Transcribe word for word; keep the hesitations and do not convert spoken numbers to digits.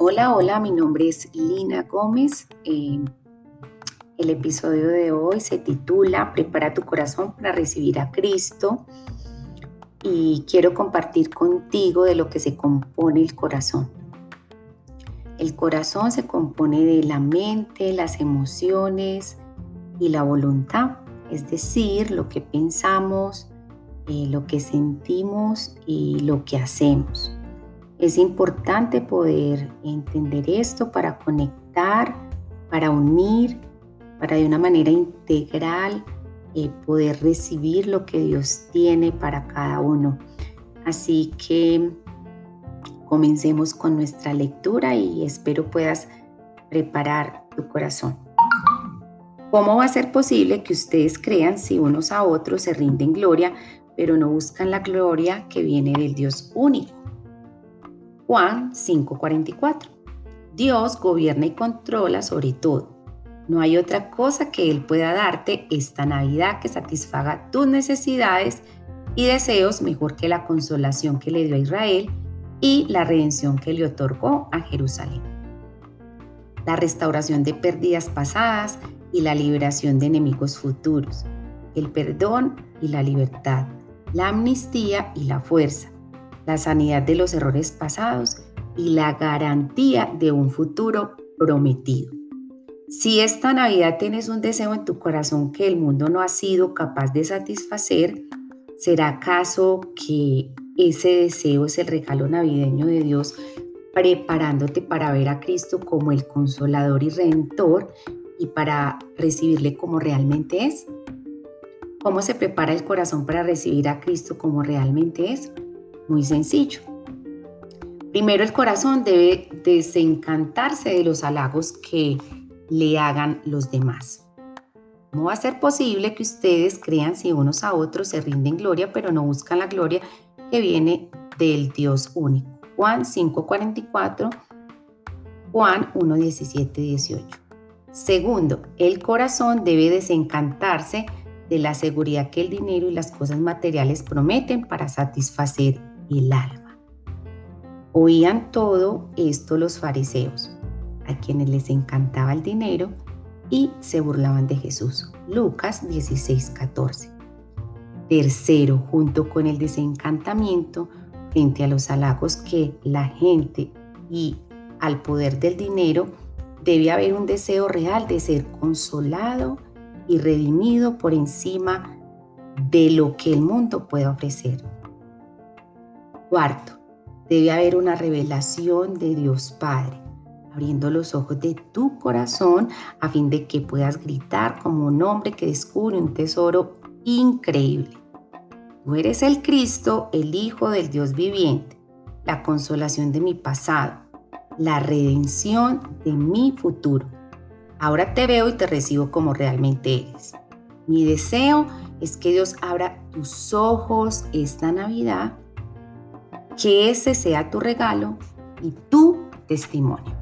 Hola, hola, mi nombre es Lina Gómez. Eh, el episodio de hoy se titula Prepara tu corazón para recibir a Cristo y quiero compartir contigo de lo que se compone el corazón. El corazón se compone de la mente, las emociones y la voluntad, es decir, lo que pensamos, eh, lo que sentimos y lo que hacemos. Es importante poder entender esto para conectar, para unir, para de una manera integral eh, poder recibir lo que Dios tiene para cada uno. Así que comencemos con nuestra lectura y espero puedas preparar tu corazón. ¿Cómo va a ser posible que ustedes crean si unos a otros se rinden gloria, pero no buscan la gloria que viene del Dios único? Juan cinco cuarenta y cuatro. Dios gobierna y controla sobre todo. No hay otra cosa que Él pueda darte esta Navidad que satisfaga tus necesidades y deseos mejor que la consolación que le dio a Israel y la redención que le otorgó a Jerusalén. La restauración de pérdidas pasadas y la liberación de enemigos futuros. El perdón y la libertad. La amnistía y la fuerza. La sanidad de los errores pasados y la garantía de un futuro prometido. Si esta Navidad tienes un deseo en tu corazón que el mundo no ha sido capaz de satisfacer, ¿será acaso que ese deseo es el regalo navideño de Dios preparándote para ver a Cristo como el Consolador y Redentor y para recibirle como realmente es? ¿Cómo se prepara el corazón para recibir a Cristo como realmente es? Muy sencillo. Primero, el corazón debe desencantarse de los halagos que le hagan los demás. ¿Cómo va a ser posible que ustedes crean si unos a otros se rinden gloria, pero no buscan la gloria que viene del Dios único? Juan cinco cuarenta y cuatro, Juan uno diecisiete dieciocho. Segundo, el corazón debe desencantarse de la seguridad que el dinero y las cosas materiales prometen para satisfacer el alma. Oían todo esto los fariseos, a quienes les encantaba el dinero y se burlaban de Jesús. Lucas dieciséis catorce. Tercero, junto con el desencantamiento frente a los halagos que la gente y al poder del dinero, debe haber un deseo real de ser consolado y redimido por encima de lo que el mundo puede ofrecer. Cuarto, debe haber una revelación de Dios Padre, abriendo los ojos de tu corazón a fin de que puedas gritar como un hombre que descubre un tesoro increíble. Tú eres el Cristo, el Hijo del Dios viviente, la consolación de mi pasado, la redención de mi futuro. Ahora te veo y te recibo como realmente eres. Mi deseo es que Dios abra tus ojos esta Navidad, que ese sea tu regalo y tu testimonio.